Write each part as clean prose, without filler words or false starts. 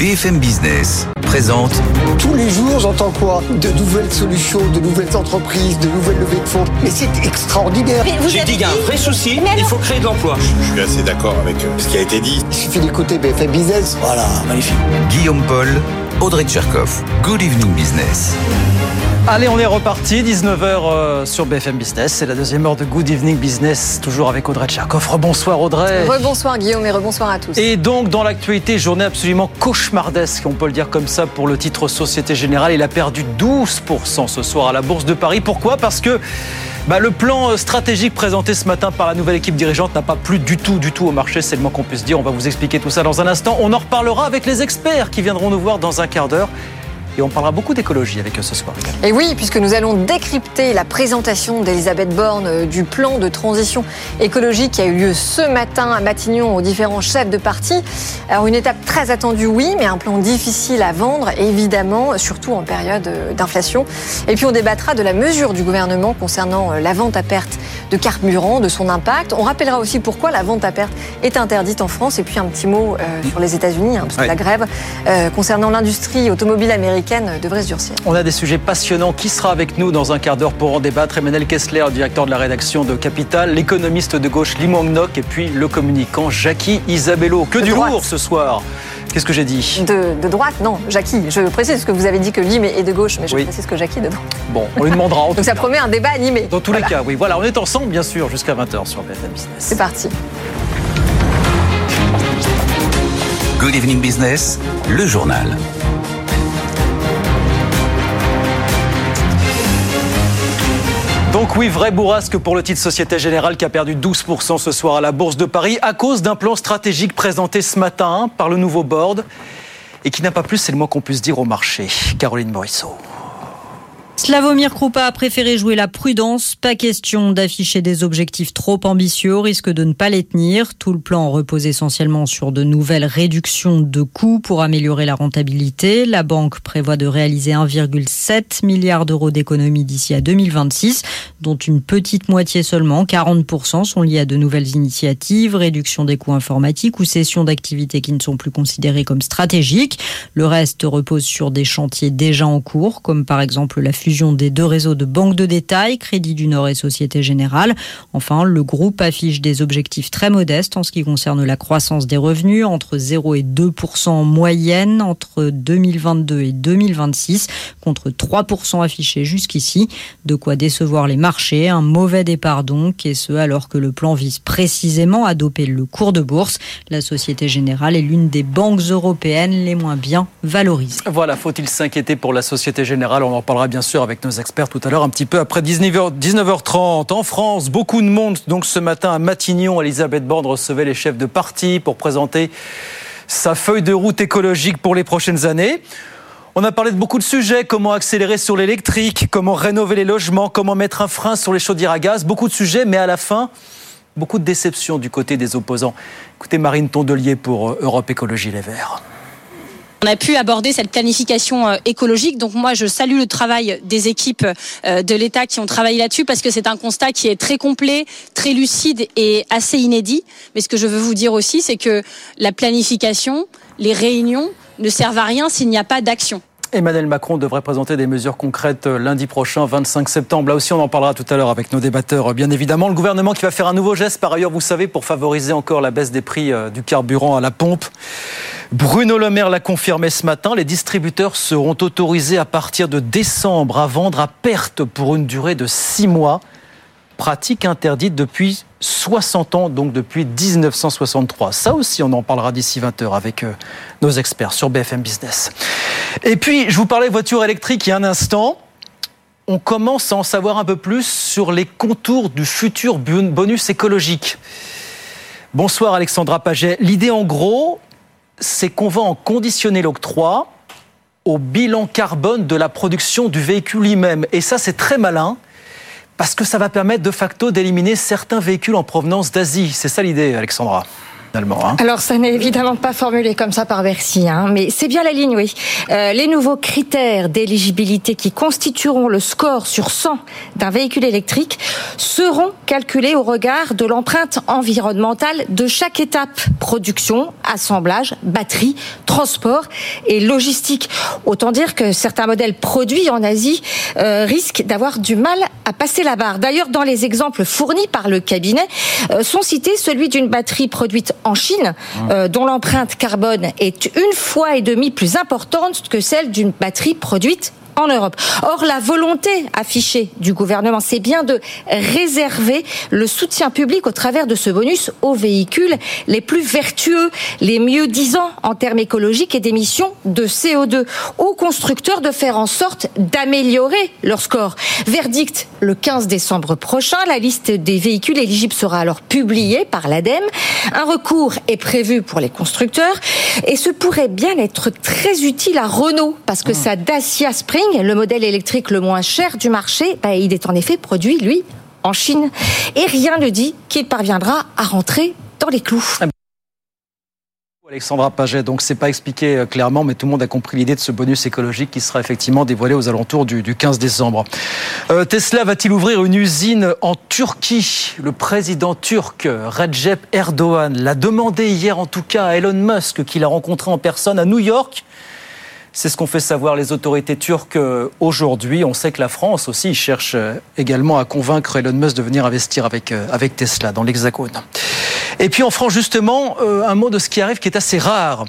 BFM Business présente. Tous les jours, j'entends quoi ? De nouvelles solutions, de nouvelles entreprises, de nouvelles levées de fonds. Mais c'est extraordinaire. J'ai dit qu'il y a un vrai souci, il faut créer de l'emploi. Je suis assez d'accord avec ce qui a été dit. Il suffit d'écouter BFM Business. Voilà, magnifique. Guillaume Paul, Audrey Tcherkov. Good evening business. Allez, on est reparti, 19h sur BFM Business. C'est la deuxième heure de Good Evening Business, toujours avec Audrey Tcherkov. Rebonsoir Audrey. Rebonsoir Guillaume et rebonsoir à tous. Et donc, dans l'actualité, journée absolument cauchemardesque, on peut le dire comme ça, pour le titre Société Générale. Il a perdu 12% ce soir à la Bourse de Paris. Pourquoi ? Parce que le plan stratégique présenté ce matin par la nouvelle équipe dirigeante n'a pas plu du tout au marché, c'est le moins qu'on puisse dire. On va vous expliquer tout ça dans un instant. On en reparlera avec les experts qui viendront nous voir dans un quart d'heure. Et on parlera beaucoup d'écologie avec eux ce soir. Et oui, puisque nous allons décrypter la présentation d'Elisabeth Borne du plan de transition écologique qui a eu lieu ce matin à Matignon aux différents chefs de parti. Alors une étape très attendue, oui, mais un plan difficile à vendre, évidemment, surtout en période d'inflation. Et puis on débattra de la mesure du gouvernement concernant la vente à perte de carburant, de son impact. On rappellera aussi pourquoi la vente à perte est interdite en France. Et puis un petit mot sur les États-Unis, parce que la grève concernant l'industrie automobile américaine devrait se durcir. On a des sujets passionnants. Qui sera avec nous dans un quart d'heure pour en débattre ? Emmanuel Kessler, directeur de la rédaction de Capital, l'économiste de gauche Lee Mong-nok et puis le communicant Jackie Isabello. Que du lourd ce soir. Qu'est-ce que j'ai dit ? De droite, non, Jackie. Je précise que vous avez dit que Lim est de gauche, mais je précise que Jackie est de droite. Bon, on lui demandera. Donc ça promet un débat animé. Dans tous les cas, oui. Voilà, on est ensemble, bien sûr, jusqu'à 20h sur BFM Business. C'est parti. Good evening business, le journal. Donc oui, vrai bourrasque pour le titre Société Générale qui a perdu 12% ce soir à la Bourse de Paris à cause d'un plan stratégique présenté ce matin par le nouveau board et qui n'a pas plu, c'est le moins qu'on puisse dire, au marché. Caroline Morisseau. Slavomir Krupa a préféré jouer la prudence. Pas question d'afficher des objectifs trop ambitieux au risque de ne pas les tenir. Tout le plan repose essentiellement sur de nouvelles réductions de coûts pour améliorer la rentabilité. La banque prévoit de réaliser 1,7 milliard d'euros d'économies d'ici à 2026, dont une petite moitié seulement, 40% sont liés à de nouvelles initiatives, réduction des coûts informatiques ou cession d'activités qui ne sont plus considérées comme stratégiques. Le reste repose sur des chantiers déjà en cours, comme par exemple la fusion des deux réseaux de banques de détail, Crédit du Nord et Société Générale. Enfin, le groupe affiche des objectifs très modestes en ce qui concerne la croissance des revenus, entre 0 et 2% en moyenne entre 2022 et 2026, contre 3% affichés jusqu'ici. De quoi décevoir les marchés, un mauvais départ donc, et ce alors que le plan vise précisément à doper le cours de bourse. La Société Générale est l'une des banques européennes les moins bien valorisées. Voilà, faut-il s'inquiéter pour la Société Générale ? On en parlera bien sûr avec nos experts tout à l'heure, un petit peu après 19h30. En France, beaucoup de monde. Donc ce matin à Matignon, Elisabeth Borne recevait les chefs de parti pour présenter sa feuille de route écologique pour les prochaines années. On a parlé de beaucoup de sujets, comment accélérer sur l'électrique, comment rénover les logements, comment mettre un frein sur les chaudières à gaz. Beaucoup de sujets, mais à la fin, beaucoup de déception du côté des opposants. Écoutez Marine Tondelier pour Europe Écologie Les Verts. On a pu aborder cette planification écologique. Donc moi, je salue le travail des équipes de l'État qui ont travaillé là-dessus parce que c'est un constat qui est très complet, très lucide et assez inédit. Mais ce que je veux vous dire aussi, c'est que la planification, les réunions ne servent à rien s'il n'y a pas d'action. Emmanuel Macron devrait présenter des mesures concrètes lundi prochain, 25 septembre. Là aussi, on en parlera tout à l'heure avec nos débatteurs, bien évidemment. Le gouvernement qui va faire un nouveau geste, par ailleurs, vous savez, pour favoriser encore la baisse des prix du carburant à la pompe. Bruno Le Maire l'a confirmé ce matin. Les distributeurs seront autorisés à partir de décembre à vendre à perte pour une durée de 6 mois. Pratique interdite depuis 60 ans, donc depuis 1963. Ça aussi, on en parlera d'ici 20h avec nos experts sur BFM Business. Et puis, je vous parlais voiture électrique il y a un instant. On commence à en savoir un peu plus sur les contours du futur bonus écologique. Bonsoir Alexandra Paget. L'idée en gros, c'est qu'on va en conditionner l'octroi au bilan carbone de la production du véhicule lui-même. Et ça, c'est très malin. Parce que ça va permettre de facto d'éliminer certains véhicules en provenance d'Asie. C'est ça l'idée, Alexandra. finalement, hein. Alors, ça n'est évidemment pas formulé comme ça par Bercy, mais c'est bien la ligne, oui. Les nouveaux critères d'éligibilité qui constitueront le score sur 100 d'un véhicule électrique seront calculés au regard de l'empreinte environnementale de chaque étape. Production, assemblage, batterie, transport et logistique. Autant dire que certains modèles produits en Asie risquent d'avoir du mal à passer la barre. D'ailleurs, dans les exemples fournis par le cabinet, sont cités celui d'une batterie produite en Chine, dont l'empreinte carbone est 1,5 fois plus importante que celle d'une batterie produite en Europe. Or, la volonté affichée du gouvernement, c'est bien de réserver le soutien public au travers de ce bonus aux véhicules les plus vertueux, les mieux disants en termes écologiques et d'émissions de CO2, aux constructeurs de faire en sorte d'améliorer leur score. Verdict le 15 décembre prochain. La liste des véhicules éligibles sera alors publiée par l'ADEME. Un recours est prévu pour les constructeurs et ce pourrait bien être très utile à Renault parce que sa Dacia Spring, le modèle électrique le moins cher du marché, il est en effet produit, lui, en Chine. Et rien ne dit qu'il parviendra à rentrer dans les clous. Alexandra Paget, donc c'est pas expliqué clairement, mais tout le monde a compris l'idée de ce bonus écologique qui sera effectivement dévoilé aux alentours du 15 décembre. Tesla va-t-il ouvrir une usine en Turquie ? Le président turc Recep Erdogan l'a demandé hier en tout cas à Elon Musk, qu'il a rencontré en personne à New York. C'est ce qu'ont fait savoir les autorités turques aujourd'hui. On sait que la France aussi cherche également à convaincre Elon Musk de venir investir avec Tesla dans l'Hexagone. Et puis en France, justement, un mot de ce qui arrive qui est assez rare.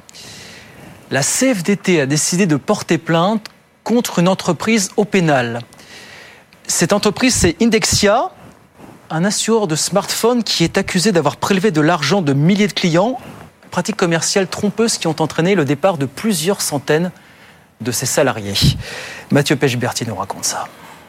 La CFDT a décidé de porter plainte contre une entreprise au pénal. Cette entreprise, c'est Indexia, un assureur de smartphones qui est accusé d'avoir prélevé de l'argent de milliers de clients, pratiques commerciales trompeuses qui ont entraîné le départ de plusieurs centaines de ses salariés. Mathieu Pechberti nous raconte ça.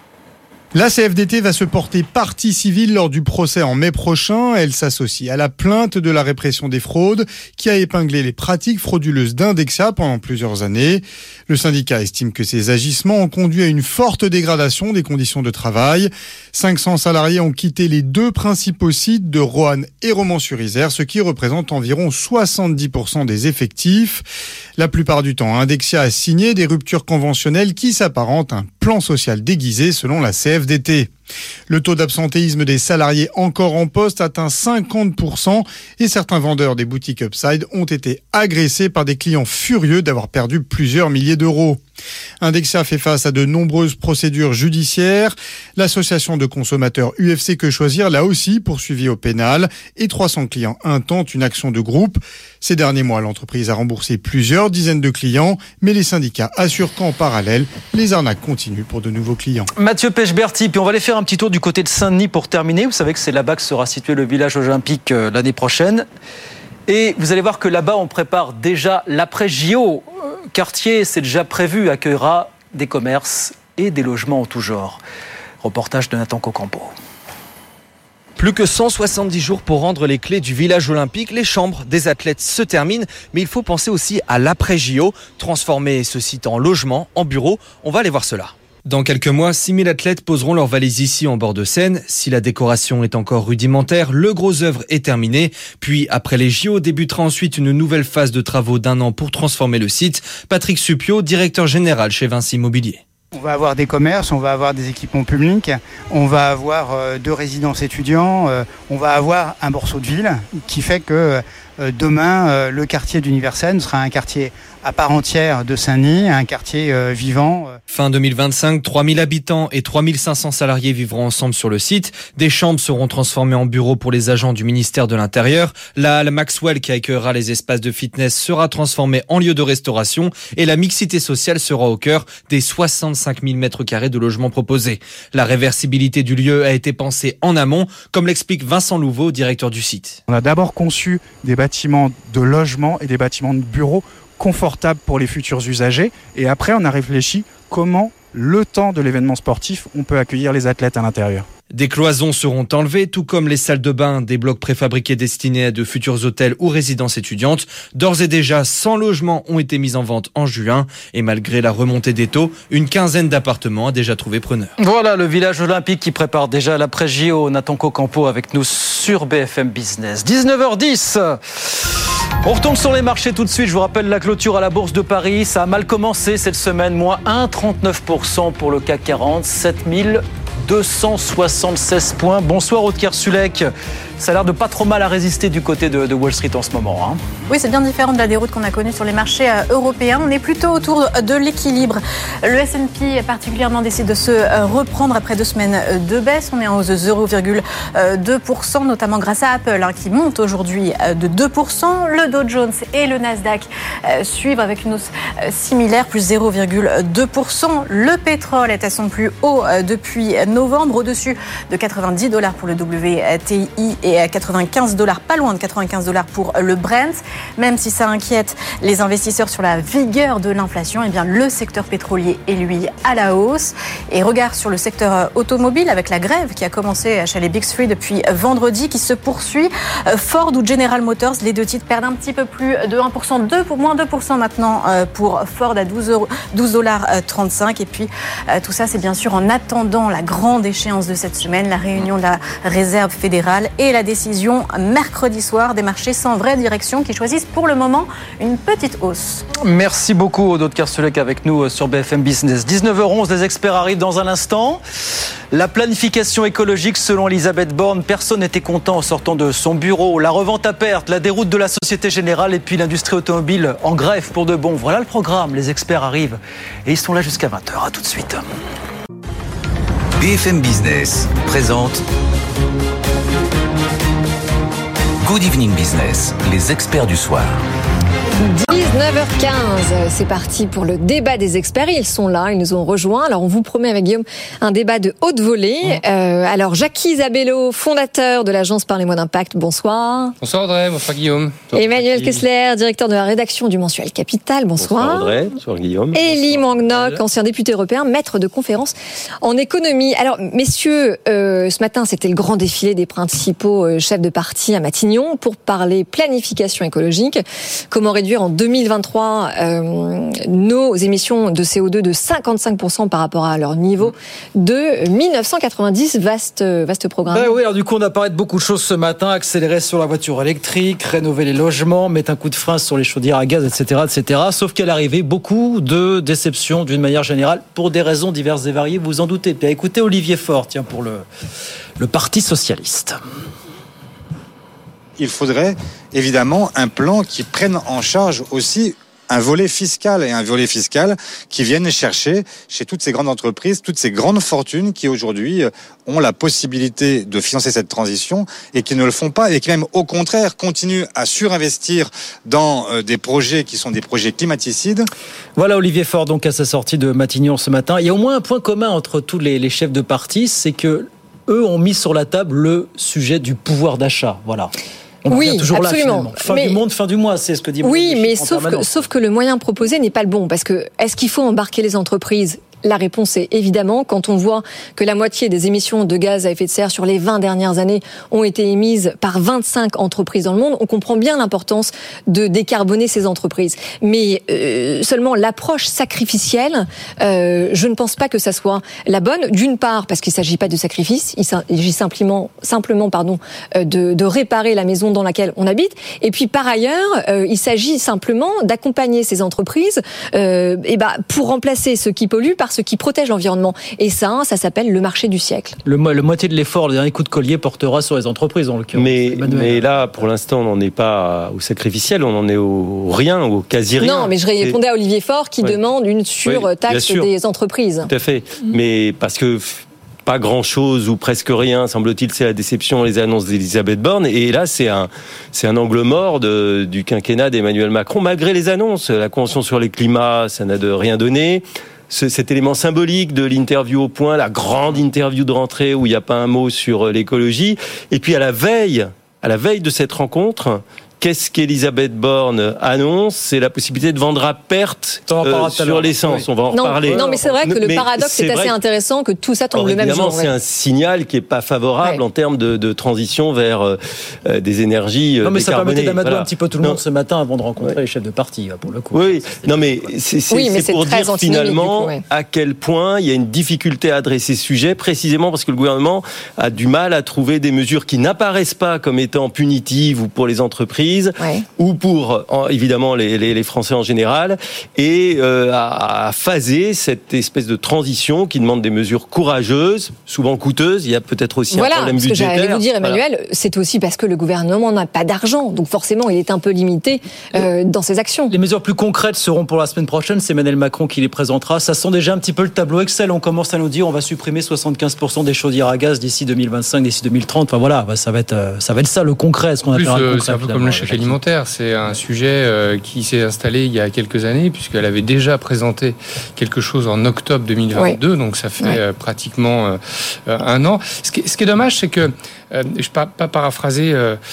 La CFDT va se porter partie civile lors du procès en mai prochain. Elle s'associe à la plainte de la répression des fraudes qui a épinglé les pratiques frauduleuses d'Indexia pendant plusieurs années. Le syndicat estime que ces agissements ont conduit à une forte dégradation des conditions de travail. 500 salariés ont quitté les deux principaux sites de Roanne et Romans-sur-Isère, ce qui représente environ 70% des effectifs. La plupart du temps, Indexia a signé des ruptures conventionnelles qui s'apparentent à un plan social déguisé selon la CFDT. Le taux d'absentéisme des salariés encore en poste atteint 50% et certains vendeurs des boutiques Upside ont été agressés par des clients furieux d'avoir perdu plusieurs milliers d'euros. Indexia fait face à de nombreuses procédures judiciaires. L'association de consommateurs UFC Que Choisir l'a aussi poursuivi au pénal et 300 clients intentent une action de groupe. Ces derniers mois, l'entreprise a remboursé plusieurs dizaines de clients, mais les syndicats assurent qu'en parallèle, les arnaques continuent pour de nouveaux clients. Mathieu Pechberti, puis on va aller faire un petit tour du côté de Saint-Denis pour terminer. Vous savez que c'est là-bas que sera situé le village olympique l'année prochaine. Et vous allez voir que là-bas, on prépare déjà l'après-JO. Quartier, c'est déjà prévu, accueillera des commerces et des logements en tout genre. Reportage de Nathan Cocampo. Plus que 170 jours pour rendre les clés du village olympique. Les chambres des athlètes se terminent, mais il faut penser aussi à l'après-JO. Transformer ce site en logement, en bureau, on va aller voir cela. Dans quelques mois, 6000 athlètes poseront leurs valises ici en bord de Seine. Si la décoration est encore rudimentaire, le gros œuvre est terminé. Puis, après les JO, débutera ensuite une nouvelle phase de travaux d'1 an pour transformer le site. Patrick Suppiot, directeur général chez Vinci Immobilier. On va avoir des commerces, on va avoir des équipements publics, on va avoir 2 résidences étudiants, on va avoir un morceau de ville qui fait que demain, le quartier d'Universal sera un quartier à part entière de Saint-Denis, un quartier vivant. Fin 2025, 3000 habitants et 3500 salariés vivront ensemble sur le site. Des chambres seront transformées en bureaux pour les agents du ministère de l'Intérieur. La halle Maxwell qui accueillera les espaces de fitness sera transformée en lieu de restauration et la mixité sociale sera au cœur des 65 000 m² de logements proposés. La réversibilité du lieu a été pensée en amont, comme l'explique Vincent Louveau, directeur du site. On a d'abord conçu des bâtiments de logement et des bâtiments de bureaux confortables pour les futurs usagers. Et après, on a réfléchi comment le temps de l'événement sportif, on peut accueillir les athlètes à l'intérieur. Des cloisons seront enlevées, tout comme les salles de bain, des blocs préfabriqués destinés à de futurs hôtels ou résidences étudiantes. D'ores et déjà, 100 logements ont été mis en vente en juin. Et malgré la remontée des taux, une quinzaine d'appartements a déjà trouvé preneur. Voilà le village olympique qui prépare déjà l'après-JO. Nathan Cocampo avec nous sur BFM Business. 19h10. On retourne sur les marchés tout de suite. Je vous rappelle la clôture à la Bourse de Paris. Ça a mal commencé cette semaine. Moins 1,39% pour le CAC 40. 7276 points. Bonsoir Aude Kersulek. Ça a l'air de pas trop mal à résister du côté de Wall Street en ce moment. Hein. Oui, c'est bien différent de la déroute qu'on a connue sur les marchés européens. On est plutôt autour de l'équilibre. Le S&P particulièrement décide de se reprendre après 2 semaines de baisse. On est en hausse de 0,2%, notamment grâce à Apple qui monte aujourd'hui de 2%. Le Dow Jones et le Nasdaq suivent avec une hausse similaire, plus 0,2%. Le pétrole est à son plus haut depuis novembre, au-dessus de $90 pour le WTI et à $95, pas loin de $95 pour le Brent. Même si ça inquiète les investisseurs sur la vigueur de l'inflation, eh bien le secteur pétrolier est lui à la hausse. Et regard sur le secteur automobile avec la grève qui a commencé chez les Big Three depuis vendredi, qui se poursuit. Ford ou General Motors, les deux titres perdent un petit peu plus de 1%, moins 2% maintenant pour Ford à $12,35. Et puis tout ça, c'est bien sûr en attendant la grande échéance de cette semaine, la réunion de la Réserve fédérale et la décision mercredi soir des marchés sans vraie direction qui choisissent pour le moment une petite hausse. Merci beaucoup Aude Kersulek avec nous sur BFM Business. 19h11, les experts arrivent dans un instant. La planification écologique selon Elisabeth Borne, personne n'était content en sortant de son bureau. La revente à perte, la déroute de la Société Générale et puis l'industrie automobile en grève pour de bon. Voilà le programme, les experts arrivent et ils sont là jusqu'à 20h. À tout de suite. BFM Business présente Good Evening Business, les experts du soir. 19h15, c'est parti pour le débat des experts. Ils sont là, ils nous ont rejoints. Alors on vous promet avec Guillaume un débat de haute volée. Alors Jackie Isabello, fondateur de l'agence Parlez-moi d'impact, bonsoir. Bonsoir Audrey, bonsoir Guillaume. Bonsoir Emmanuel Kessler, directeur de la rédaction du mensuel Capital, bonsoir. Bonsoir Audrey, bonsoir Guillaume. Élie Mangnock, ancien député européen, maître de conférence en économie. Alors messieurs, ce matin c'était le grand défilé des principaux chefs de parti à Matignon pour parler planification écologique. Comment réduire en 2023 nos émissions de CO2 de 55% par rapport à leur niveau de 1990. Vaste programme. Oui, alors du coup on a parlé de beaucoup de choses ce matin, accélérer sur la voiture électrique, rénover les logements, mettre un coup de frein sur les chaudières à gaz, etc. Sauf qu'à l'arrivée, beaucoup de déceptions d'une manière générale pour des raisons diverses et variées, vous en doutez. Puis écoutez Olivier Faure, pour le Parti Socialiste. Il faudrait évidemment un plan qui prenne en charge aussi un volet fiscal et un volet fiscal qui vienne chercher chez toutes ces grandes entreprises, toutes ces grandes fortunes qui aujourd'hui ont la possibilité de financer cette transition et qui ne le font pas et qui même au contraire continuent à surinvestir dans des projets qui sont des projets climaticides. Voilà Olivier Faure donc à sa sortie de Matignon ce matin. Il y a au moins un point commun entre tous les chefs de parti, c'est que eux ont mis sur la table le sujet du pouvoir d'achat. Voilà. On oui, toujours absolument. Là, fin du monde, fin du mois, c'est ce que dit. Oui, mais sauf que le moyen proposé n'est pas le bon, parce que est-ce qu'il faut embarquer les entreprises ? La réponse est évidemment, quand on voit que la moitié des émissions de gaz à effet de serre sur les 20 dernières années ont été émises par 25 entreprises dans le monde, on comprend bien l'importance de décarboner ces entreprises. Mais seulement l'approche sacrificielle, je ne pense pas que ça soit la bonne. D'une part, parce qu'il ne s'agit pas de sacrifice, il s'agit simplement de réparer la maison dans laquelle on habite. Et puis par ailleurs, il s'agit simplement d'accompagner ces entreprises pour remplacer ceux qui polluent par ceux qui protègent l'environnement. Et ça s'appelle le marché du siècle. Le moitié de l'effort, le dernier coup de collier portera sur les entreprises, en l'occurrence. Mais là, pour l'instant, on n'en est pas au sacrificiel, on en est au rien, au quasi-rien. Non, mais je répondais à Olivier Faure qui demande une surtaxe des entreprises. Tout à fait. Mais parce que pas grand-chose ou presque rien, semble-t-il, c'est la déception, les annonces d'Elisabeth Borne. Et là, c'est un angle mort du quinquennat d'Emmanuel Macron, malgré les annonces. La Convention sur les climats, ça n'a rien donné. Cet élément symbolique de l'interview au point, la grande interview de rentrée où il n'y a pas un mot sur l'écologie. Et puis à la veille de cette rencontre, qu'est-ce qu'Elisabeth Borne annonce? C'est la possibilité de vendre à perte sur l'essence. Oui. On va en reparler. Non, mais c'est vrai que le paradoxe est assez intéressant que tout ça tombe le même jour. C'est un signal qui est pas favorable en termes de transition vers des énergies non, mais ça permettait d'amadouer un petit peu tout le monde ce matin avant de rencontrer les chefs de parti, pour le coup. Oui, non, mais c'est pour dire finalement à quel point il y a une difficulté à adresser ce sujet, précisément parce que le gouvernement a du mal à trouver des mesures qui n'apparaissent pas comme étant punitives ou pour les entreprises ou pour évidemment les Français en général, et à phaser cette espèce de transition qui demande des mesures courageuses, souvent coûteuses. Il y a peut-être aussi un problème budgétaire. Voilà, ce que j'allais vous dire, Emmanuel, c'est aussi parce que le gouvernement n'a pas d'argent, donc forcément il est un peu limité dans ses actions. Les mesures plus concrètes seront pour la semaine prochaine, c'est Emmanuel Macron qui les présentera. Ça sent déjà un petit peu le tableau Excel, on commence à nous dire on va supprimer 75% des chaudières à gaz d'ici 2025, d'ici 2030, enfin voilà, ça va être ça le concret, ce qu'on appelle un concret. C'est un peu comme le chèque alimentaire, c'est un sujet qui s'est installé il y a quelques années, puisqu'elle avait déjà présenté quelque chose en octobre 2022, donc ça fait pratiquement un an. Ce qui est dommage, c'est que, je ne vais pas paraphraser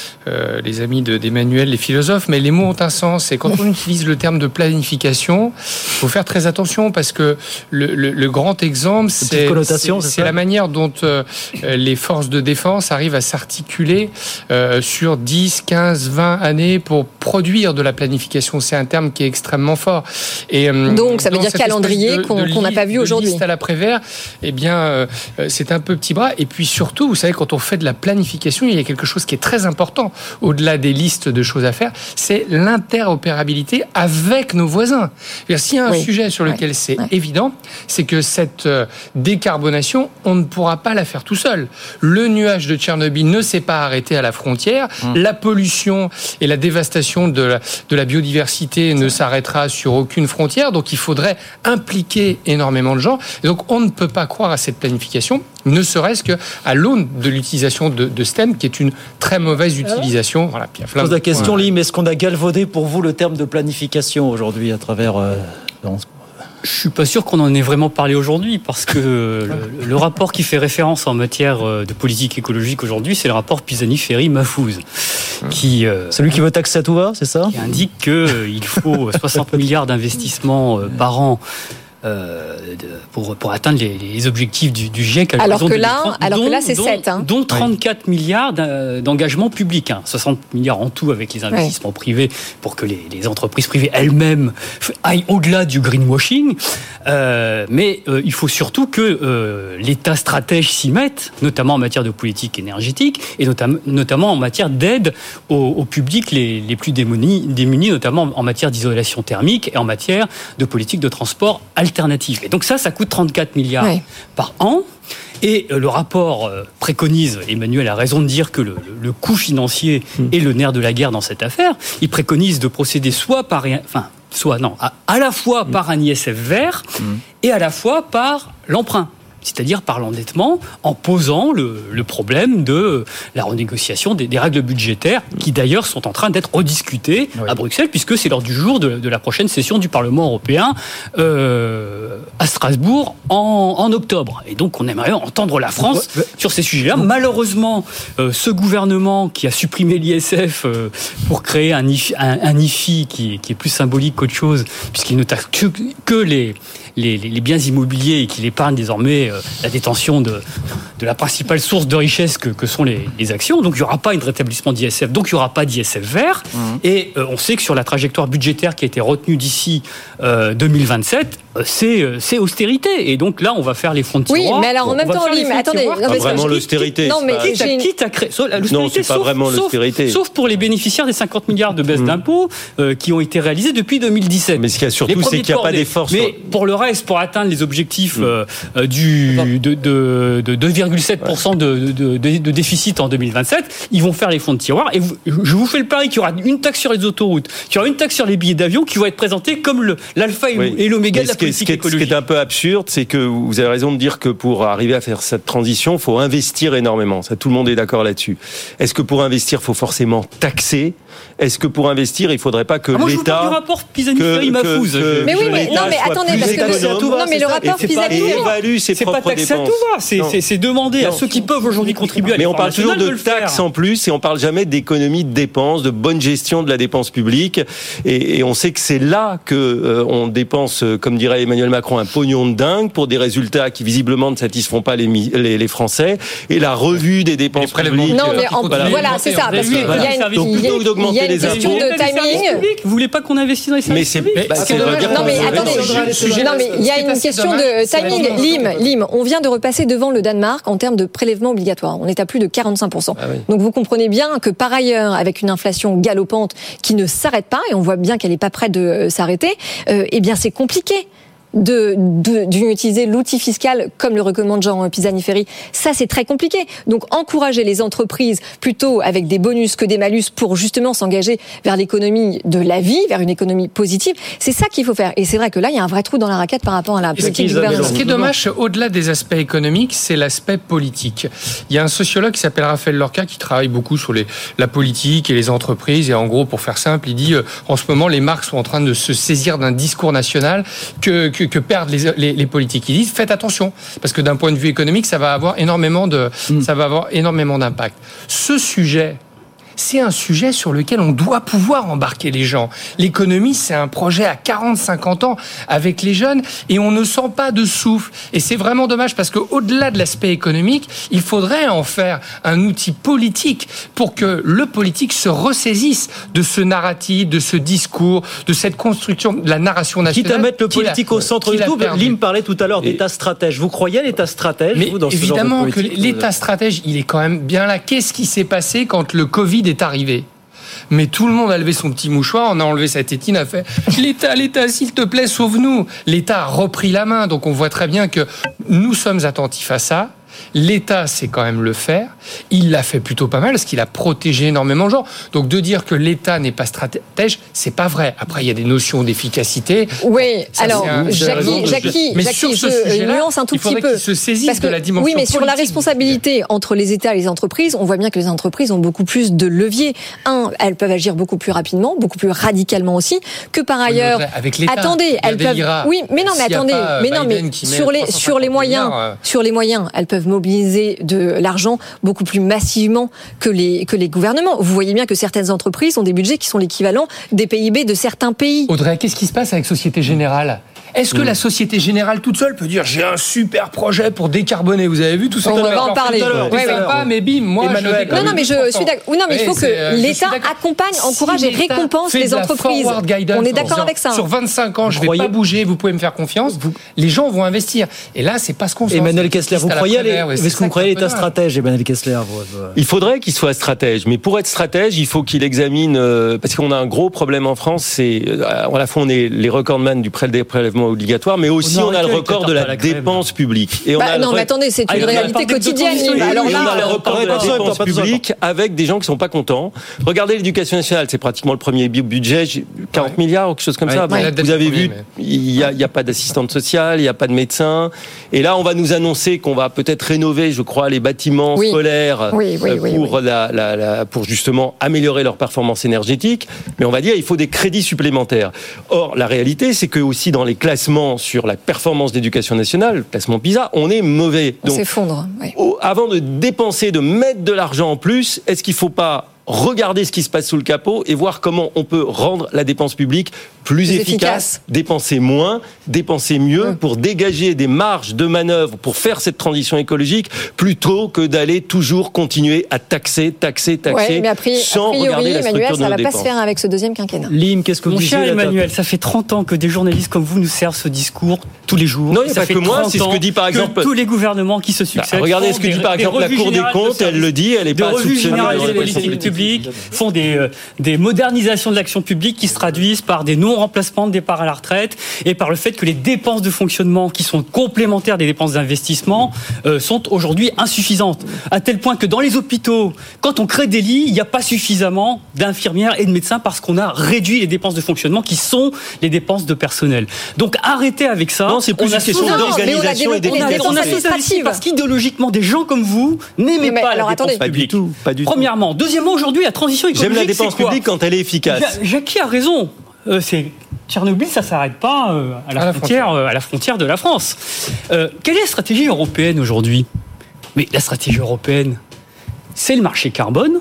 les amis d'Emmanuel, les philosophes, mais les mots ont un sens, et quand on utilise le terme de planification, il faut faire très attention, parce que le grand exemple, c'est la manière dont les forces de défense arrivent à s'articuler sur 10, 15, 20 années pour produire de la planification. C'est un terme qui est extrêmement fort. Et, donc ça veut dire calendrier qu'on n'a pas vu aujourd'hui. Liste à l'après-vert, eh bien, c'est un peu petit bras. Et puis surtout, vous savez, quand on fait de la planification, il y a quelque chose qui est très important, au-delà des listes de choses à faire, c'est l'interopérabilité avec nos voisins. S'il y a un sujet sur lequel c'est évident, c'est que cette décarbonation, on ne pourra pas la faire tout seul. Le nuage de Tchernobyl ne s'est pas arrêté à la frontière. La pollution et la dévastation de la biodiversité ne s'arrêtera sur aucune frontière. Donc il faudrait impliquer énormément de gens. Et donc on ne peut pas croire à cette planification, ne serait-ce qu'à l'aune de l'utilisation de STEM, qui est une très mauvaise utilisation. Voilà. Puis je pose la question, Lim, est-ce qu'on a galvaudé pour vous le terme de planification aujourd'hui à travers... Je suis pas sûr qu'on en ait vraiment parlé aujourd'hui, parce que le rapport qui fait référence en matière de politique écologique aujourd'hui, c'est le rapport Pisani-Ferry-Mahfouz, celui qui veut taxer à tout va, c'est ça ? Qui indique qu'il faut 60 milliards d'investissements par an pour atteindre les objectifs du GIEC. Alors que là, c'est 7. Dont 34 milliards d'engagements publics. 60 milliards en tout avec les investissements privés pour que les entreprises privées elles-mêmes aillent au-delà du greenwashing. Mais il faut surtout que l'État stratège s'y mette, notamment en matière de politique énergétique et notamment en matière d'aide aux publics les plus démunis, notamment en matière d'isolation thermique et en matière de politique de transport alternative. Et donc ça coûte 34 milliards par an. Et le rapport préconise, Emmanuel a raison de dire que le coût financier est le nerf de la guerre dans cette affaire. Il préconise de procéder à la fois par un ISF vert et à la fois par l'emprunt. C'est-à-dire par l'endettement, en posant le problème de la renégociation des règles budgétaires, qui d'ailleurs sont en train d'être rediscutées à Bruxelles, puisque c'est lors du jour de la prochaine session du Parlement européen à Strasbourg en octobre. Et donc on aimerait entendre la France sur ces sujets-là. Malheureusement, ce gouvernement qui a supprimé l'ISF pour créer un IFI qui est plus symbolique qu'autre chose, puisqu'il ne taxe que les biens immobiliers et qu'il épargne désormais la détention de la principale source de richesse que sont les actions. Donc il n'y aura pas un rétablissement d'ISF, donc il n'y aura pas d'ISF vert. Et on sait que sur la trajectoire budgétaire qui a été retenue d'ici 2027, c'est austérité. Et donc là, on va faire les fonds de tiroir. Oui, mais alors en même temps, attendez. Pas vraiment l'austérité. Non, mais quitte à créer... Non, c'est pas vraiment l'austérité. Sauf pour les bénéficiaires des 50 milliards de baisse d'impôts qui ont été réalisés depuis 2017. Mais ce qu'il y a surtout, c'est qu'il n'y a pas d'effort. Mais pour le reste, pour atteindre les objectifs de 2,7% de déficit en 2027, ils vont faire les fonds de tiroir. Et je vous fais le pari qu'il y aura une taxe sur les autoroutes, qu'il y aura une taxe sur les billets d'avion qui vont être présentées comme l'alpha et l'oméga de la politique écologique. Ce qui est un peu absurde, c'est que vous avez raison de dire que pour arriver à faire cette transition, il faut investir énormément. Ça, tout le monde est d'accord là-dessus. Est-ce que pour investir, il faut forcément taxer ? Est-ce que pour investir, il ne faudrait pas que moi, l'État... je vous parle du rapport Pisani-Ferry-Mafouze. Mais oui, mais non, mais attendez, parce que non, mais le rapport Pisani-Ferry évalue ses propres dépenses. C'est pas taxer à tout va, c'est demander à ceux qui peuvent aujourd'hui contribuer à mais on l'effort parle toujours national de taxes en plus et on parle jamais d'économie de dépenses, de bonne gestion de la dépense publique. Et on sait que c'est là que on dépense, comme dirait Emmanuel Macron, un pognon de dingue pour des résultats qui visiblement ne satisferont pas les Français. Et la revue des dépenses publiques. Non, mais voilà, c'est ça. Parce qu'il y a une question de timing. Vous voulez pas qu'on investisse dans les services publics? Non, mais attendez. Non, mais il y a une question de timing. Lim, on vient de repasser devant le Danemark en termes de prélèvement obligatoire. On est à plus de 45%. Ah oui. Donc vous comprenez bien que par ailleurs, avec une inflation galopante qui ne s'arrête pas, et on voit bien qu'elle n'est pas prête de s'arrêter, eh bien c'est compliqué d'utiliser l'outil fiscal comme le recommande Jean Pisani-Ferry. Ça, c'est très compliqué. Donc, encourager les entreprises plutôt avec des bonus que des malus pour justement s'engager vers l'économie de la vie, vers une économie positive, c'est ça qu'il faut faire. Et c'est vrai que là, il y a un vrai trou dans la raquette par rapport à la politique du gouvernement. Ce qui est dommage, au-delà des aspects économiques, c'est l'aspect politique. Il y a un sociologue qui s'appelle Raphaël Lorca qui travaille beaucoup sur la politique et les entreprises. Et en gros, pour faire simple, il dit en ce moment, les marques sont en train de se saisir d'un discours national que perdent les politiques. Ils disent faites attention parce que d'un point de vue économique, ça va avoir énormément d'impact. Ce sujet, c'est un sujet sur lequel on doit pouvoir embarquer les gens. L'économie, c'est un projet à 40-50 ans avec les jeunes et on ne sent pas de souffle. Et c'est vraiment dommage parce qu'au-delà de l'aspect économique, il faudrait en faire un outil politique pour que le politique se ressaisisse de ce narratif, de ce discours, de cette construction de la narration nationale. Quitte à mettre le politique au centre du tout, Lim parlait tout à l'heure d'État stratège. Vous croyez à l'État stratège, vous, dans ce genre de politique? Évidemment que l'État stratège, il est quand même bien là. Qu'est-ce qui s'est passé quand le Covid est arrivé? Mais tout le monde a levé son petit mouchoir, on a enlevé sa tétine, a fait l'État, s'il te plaît, sauve-nous. L'État a repris la main, donc on voit très bien que nous sommes attentifs à ça. L'État sait quand même le faire. Il l'a fait plutôt pas mal parce qu'il a protégé énormément de gens. Donc de dire que l'État n'est pas stratège, c'est pas vrai. Après, il y a des notions d'efficacité. Oui, ça, alors Jackie, je nuance un tout petit peu. Se saisisse de la dimension oui, mais sur la responsabilité entre les États et les entreprises, on voit bien que les entreprises ont beaucoup plus de leviers. Elles peuvent agir beaucoup plus rapidement, beaucoup plus radicalement aussi, que par ailleurs. Avec l'État, attendez, elles peuvent. Oui, mais non, mais attendez, sur les moyens, elles peuvent mobiliser de l'argent beaucoup plus massivement que les gouvernements. Vous voyez bien que certaines entreprises ont des budgets qui sont l'équivalent des PIB de certains pays. Audrey, qu'est-ce qui se passe avec Société Générale ? Est-ce que la Société Générale toute seule peut dire j'ai un super projet pour décarboner? Vous avez vu tout ça? On va en parler. C'est sympa, mais bim, moi Emmanuel, je non, mais je suis d'accord. Non, mais il faut que l'État accompagne, encourage et récompense les entreprises. On est d'accord avec ça. Sur 25 ans, je ne vais pas bouger, vous pouvez me faire confiance. Les gens vont investir. Et là, c'est pas ce qu'on fait. Emmanuel Kessler, vous croyez l'État stratège, Emmanuel Kessler? Il faudrait qu'il soit stratège, mais pour être stratège, il faut qu'il examine, parce qu'on a un gros problème en France, c'est à la fois on est les recordman du prélèvement obligatoire, mais aussi on a le record de la dépense publique. Et non, mais attendez, c'est une réalité quotidienne. Alors là, on a le record de la dépense publique avec des gens qui sont pas contents. Regardez l'éducation nationale, c'est pratiquement le premier budget, 40 milliards ou quelque chose comme ça. Vous avez vu, il y a pas d'assistante sociale, il y a pas de médecin. Et là, on va nous annoncer qu'on va peut-être rénover, je crois, les bâtiments scolaires pour justement améliorer leur performance énergétique. Mais on va dire, il faut des crédits supplémentaires. Or, la réalité, c'est que aussi dans les classement sur la performance d'éducation nationale, le classement PISA, on est mauvais. Donc, on s'effondre. Oui. Avant de dépenser, de mettre de l'argent en plus, est-ce qu'il ne faut pas regarder ce qui se passe sous le capot et voir comment on peut rendre la dépense publique plus efficace, dépenser moins, dépenser mieux pour dégager des marges de manœuvre pour faire cette transition écologique plutôt que d'aller toujours continuer à taxer mais sans regarder la structure de nos dépenses. Ça ne va pas se faire avec ce deuxième quinquennat. Lim, qu'est-ce que vous disiez? Mon cher Emmanuel, ça fait 30 ans que des journalistes comme vous nous servent ce discours tous les jours. Non, il n'y a pas que moi, c'est ce que dit par exemple tous les gouvernements qui se succèdent. Regardez ce que dit par exemple la Cour des comptes, elle le dit, elle n'est pas soupçonnée des politiques publiques, font des modernisations de l'action publique qui se traduisent par des non-remplacements de départ à la retraite et par le fait que les dépenses de fonctionnement qui sont complémentaires des dépenses d'investissement sont aujourd'hui insuffisantes. À tel point que dans les hôpitaux, quand on crée des lits, il n'y a pas suffisamment d'infirmières et de médecins parce qu'on a réduit les dépenses de fonctionnement qui sont les dépenses de personnel. Donc arrêtez avec ça. Non, c'est plus une question d'organisation et d'efficacité. On a parce qu'idéologiquement, des gens comme vous n'aimez pas la dépense publique. Pas du tout. Premièrement. Deuxièmement, aujourd'hui, la transition écologique, j'aime la dépense publique quand elle est efficace. Jackie a raison. Tchernobyl, ça s'arrête pas à la frontière de la France. Quelle est la stratégie européenne aujourd'hui ? Mais la stratégie européenne, c'est le marché carbone,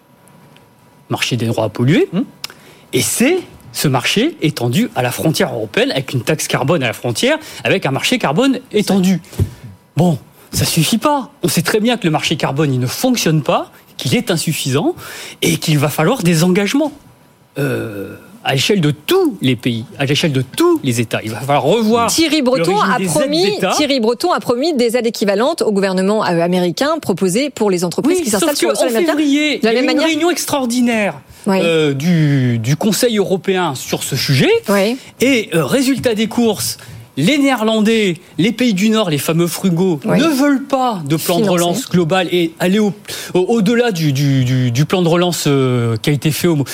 marché des droits à polluer, et c'est ce marché étendu à la frontière européenne, avec une taxe carbone à la frontière, avec un marché carbone étendu. Bon, ça suffit pas. On sait très bien que le marché carbone, il ne fonctionne pas, qu'il est insuffisant, et qu'il va falloir des engagements. À l'échelle de tous les pays, à l'échelle de tous les États. Il va falloir revoir Thierry Breton a promis des aides équivalentes au gouvernement américain proposées pour les entreprises qui s'installent sur le sol américain. En février, il y a eu une réunion extraordinaire du Conseil européen sur ce sujet. Et résultat des courses, les Néerlandais, les pays du Nord, les fameux frugaux, ne veulent pas de plan de relance global et aller au-delà du plan de relance qui a été fait au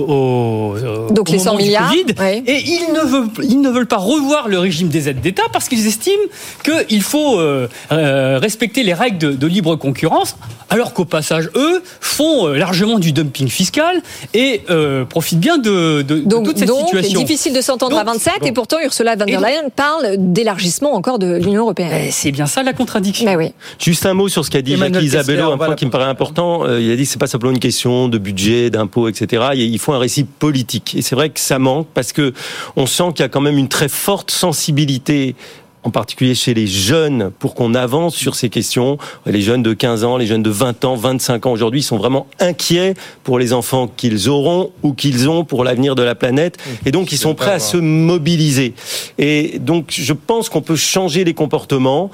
donc les 100 milliards, du Covid. Et ils ne veulent pas revoir le régime des aides d'État parce qu'ils estiment qu'il faut respecter les règles de libre concurrence, alors qu'au passage, eux, font largement du dumping fiscal et profitent bien de toute cette situation. C'est difficile de s'entendre à 27 et pourtant Ursula von der Leyen parle d'élargissement encore de l'Union européenne. C'est bien ça la contradiction. Juste un mot sur ce qu'a dit Jacques Isabello, un point qui me paraît important. Il a dit que c'est pas simplement une question de budget, d'impôts, etc. Il faut un récit politique. Et c'est vrai que ça manque parce que on sent qu'il y a quand même une très forte sensibilité, en particulier chez les jeunes, pour qu'on avance sur ces questions. Les jeunes de 15 ans, les jeunes de 20 ans, 25 ans aujourd'hui sont vraiment inquiets pour les enfants qu'ils auront ou qu'ils ont pour l'avenir de la planète. Et donc, ils sont prêts à se mobiliser. Et donc, je pense qu'on peut changer les comportements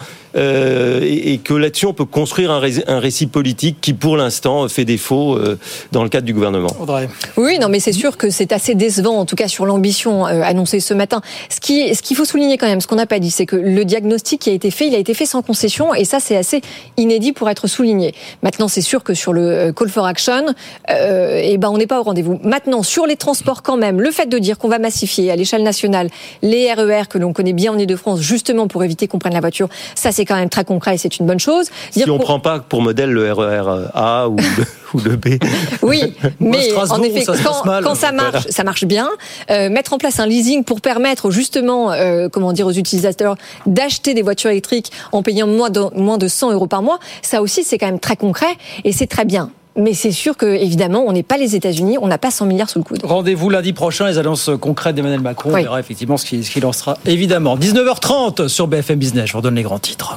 et que là-dessus, on peut construire un récit politique qui, pour l'instant, fait défaut dans le cadre du gouvernement. Audrey. Oui, non, mais c'est sûr que c'est assez décevant, en tout cas sur l'ambition annoncée ce matin. Ce qu'il faut souligner quand même, ce qu'on n'a pas dit, c'est que le diagnostic qui a été fait, il a été fait sans concession et ça, c'est assez inédit pour être souligné. Maintenant, c'est sûr que sur le call for action, on n'est pas au rendez-vous. Maintenant, sur les transports quand même, le fait de dire qu'on va massifier à l'échelle nationale les RER que l'on connaît bien en Ile-de-France, justement pour éviter qu'on prenne la voiture, ça c'est quand même très concret et c'est une bonne chose. Si on ne prend pas pour modèle le RER A ou le B. Oui, mais en effet, quand ça marche bien. Mettre en place un leasing pour permettre justement, aux utilisateurs d'acheter des voitures électriques en payant moins de 100 € par mois, ça aussi c'est quand même très concret et c'est très bien. Mais c'est sûr que évidemment, on n'est pas les États-Unis, on n'a pas 100 milliards sous le coude. Rendez-vous lundi prochain, les annonces concrètes d'Emmanuel Macron. On verra effectivement ce qu'il en sera. Évidemment, 19h30 sur BFM Business. Je vous redonne les grands titres.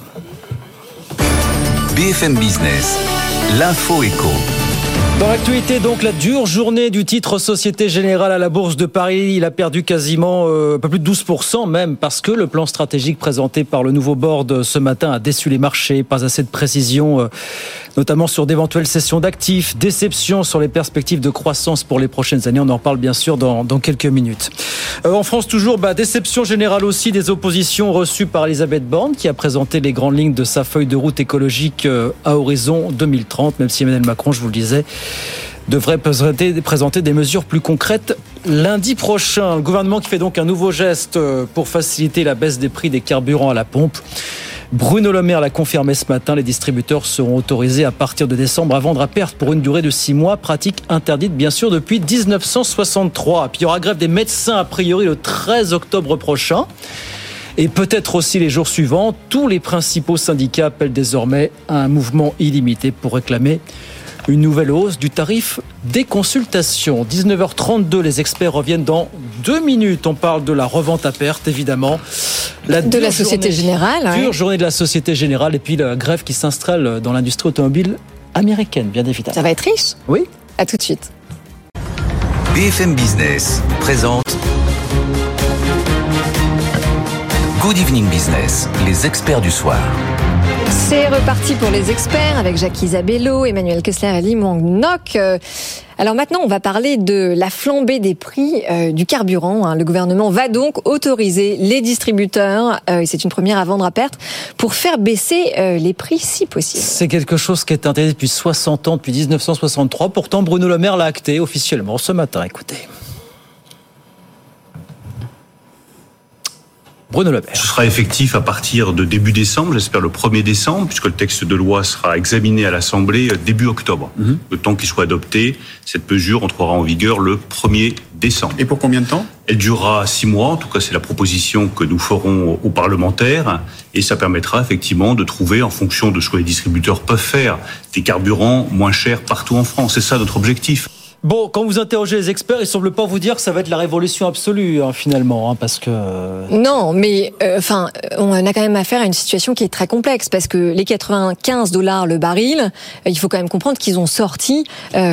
BFM Business, l'info éco. Dans l'actualité, donc, la dure journée du titre Société Générale à la Bourse de Paris. Il a perdu quasiment un peu plus de 12% même parce que le plan stratégique présenté par le nouveau board ce matin a déçu les marchés. Pas assez de précision, notamment sur d'éventuelles cessions d'actifs, déception sur les perspectives de croissance pour les prochaines années. On en reparle bien sûr dans quelques minutes. En France toujours, déception générale aussi des oppositions reçues par Elisabeth Borne qui a présenté les grandes lignes de sa feuille de route écologique à horizon 2030, même si Emmanuel Macron, je vous le disais, devrait présenter des mesures plus concrètes lundi prochain. Le gouvernement qui fait donc un nouveau geste pour faciliter la baisse des prix des carburants à la pompe. Bruno Le Maire l'a confirmé ce matin, les distributeurs seront autorisés à partir de décembre à vendre à perte pour une durée de 6 mois, pratique interdite bien sûr depuis 1963. Puis il y aura grève des médecins a priori le 13 octobre prochain. Et peut-être aussi les jours suivants. Tous les principaux syndicats appellent désormais à un mouvement illimité pour réclamer une nouvelle hausse du tarif des consultations. 19h32, les experts reviennent dans 2 minutes. On parle de la revente à perte, évidemment. De la Société Générale. Dure journée de la Société Générale et puis la grève qui s'installe dans l'industrie automobile américaine, bien évidemment. Ça va être riche ? Oui. À tout de suite. BFM Business présente Good Evening Business, les experts du soir. C'est reparti pour les experts avec Jacques Isabello, Emmanuel Kessler et Lee Mong-nok. Alors maintenant, on va parler de la flambée des prix du carburant. Le gouvernement va donc autoriser les distributeurs, et c'est une première à vendre à perte, pour faire baisser les prix si possible. C'est quelque chose qui est interdit depuis 60 ans, depuis 1963. Pourtant, Bruno Le Maire l'a acté officiellement ce matin. Écoutez. Bruno Le Maire. Ce sera effectif à partir de début décembre, j'espère le 1er décembre, puisque le texte de loi sera examiné à l'Assemblée début octobre. Le temps qu'il soit adopté, cette mesure entrera en vigueur le 1er décembre. Et pour combien de temps ? Elle durera 6 mois, en tout cas c'est la proposition que nous ferons aux parlementaires, et ça permettra effectivement de trouver, en fonction de ce que les distributeurs peuvent faire, des carburants moins chers partout en France. C'est ça notre objectif. Bon, quand vous interrogez les experts, ils ne semblent pas vous dire que ça va être la révolution absolue, finalement, parce que... Non, mais on a quand même affaire à une situation qui est très complexe, parce que les $95 le baril, il faut quand même comprendre qu'ils ont sorti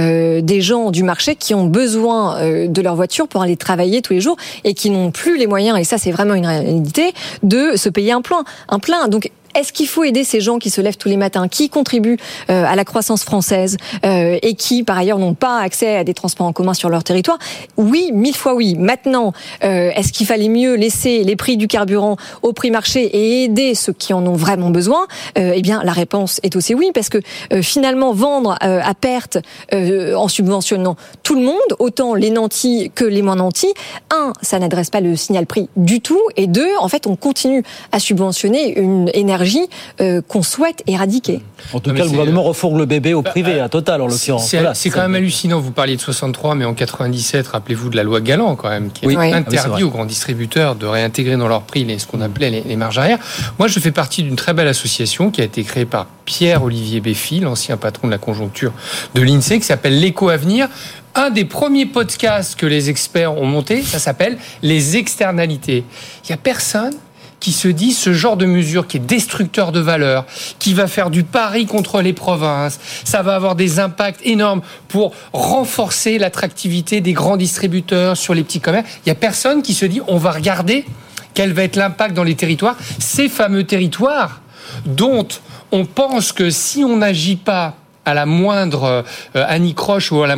des gens du marché qui ont besoin de leur voiture pour aller travailler tous les jours et qui n'ont plus les moyens, et ça c'est vraiment une réalité, de se payer un plein. Donc, est-ce qu'il faut aider ces gens qui se lèvent tous les matins, qui contribuent à la croissance française et qui, par ailleurs, n'ont pas accès à des transports en commun sur leur territoire ? Oui, 1000 fois oui. Maintenant, est-ce qu'il fallait mieux laisser les prix du carburant au prix marché et aider ceux qui en ont vraiment besoin ? Eh bien, la réponse est aussi oui, parce que finalement, vendre à perte en subventionnant tout le monde, autant les nantis que les moins nantis, ça n'adresse pas le signal prix du tout, et 2, en fait, on continue à subventionner une énergie qu'on souhaite éradiquer. En tout cas, le gouvernement refourgue le bébé au privé, à Total en l'occurrence. C'est quand même hallucinant. Vous parliez de 63, mais en 97, rappelez-vous de la loi Galland quand même, qui a interdit aux grands distributeurs de réintégrer dans leur prix ce qu'on appelait les marges arrière. Moi, je fais partie d'une très belle association qui a été créée par Pierre-Olivier Béfi, l'ancien patron de la conjoncture de l'INSEE, qui s'appelle l'Éco-Avenir. Un des premiers podcasts que les experts ont monté, ça s'appelle les externalités. Il n'y a personne qui se dit ce genre de mesure qui est destructeur de valeur, qui va faire du pari contre les provinces, ça va avoir des impacts énormes pour renforcer l'attractivité des grands distributeurs sur les petits commerces. Il n'y a personne qui se dit on va regarder quel va être l'impact dans les territoires, ces fameux territoires dont on pense que si on n'agit pas à la moindre anicroche ou au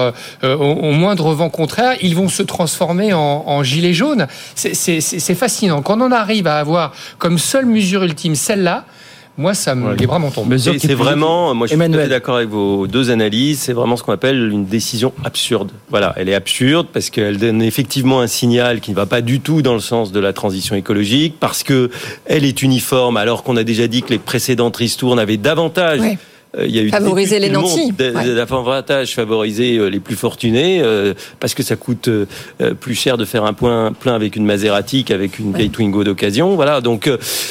moindre vent contraire, ils vont se transformer en gilets jaunes. C'est fascinant. Quand on arrive à avoir comme seule mesure ultime celle-là, moi, les bras m'en tombent. C'est vraiment, moi je suis tout à fait d'accord avec vos deux analyses, c'est vraiment ce qu'on appelle une décision absurde. Voilà, elle est absurde parce qu'elle donne effectivement un signal qui ne va pas du tout dans le sens de la transition écologique, parce qu'elle est uniforme, alors qu'on a déjà dit que les précédentes ristournes avaient davantage... Ouais. Il y a eu favoriser les nantis, davantage favoriser les plus fortunés parce que ça coûte plus cher de faire un plein avec une Maserati qu'avec une vieille Twingo d'occasion. Voilà, donc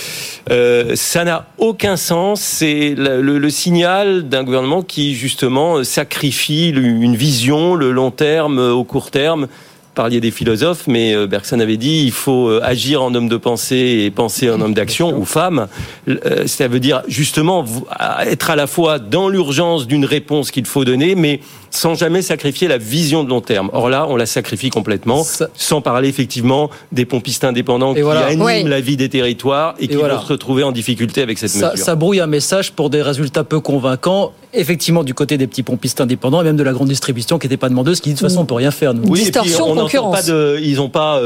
ça n'a aucun sens. C'est le signal d'un gouvernement qui justement sacrifie une vision, le long terme au court terme. Parliez des philosophes, mais Bergson avait dit il faut agir en homme de pensée et penser en homme d'action ou femme. Ça veut dire justement être à la fois dans l'urgence d'une réponse qu'il faut donner, mais sans jamais sacrifier la vision de long terme. Or là, on la sacrifie complètement, sans parler effectivement des pompistes indépendants qui animent la vie des territoires et qui vont se retrouver en difficulté avec cette mesure. Ça brouille un message pour des résultats peu convaincants, effectivement du côté des petits pompistes indépendants et même de la grande distribution qui n'était pas demandeuse, qui dit de toute façon on ne peut rien faire. Oui, distorsion de concurrence. Ils n'ont pas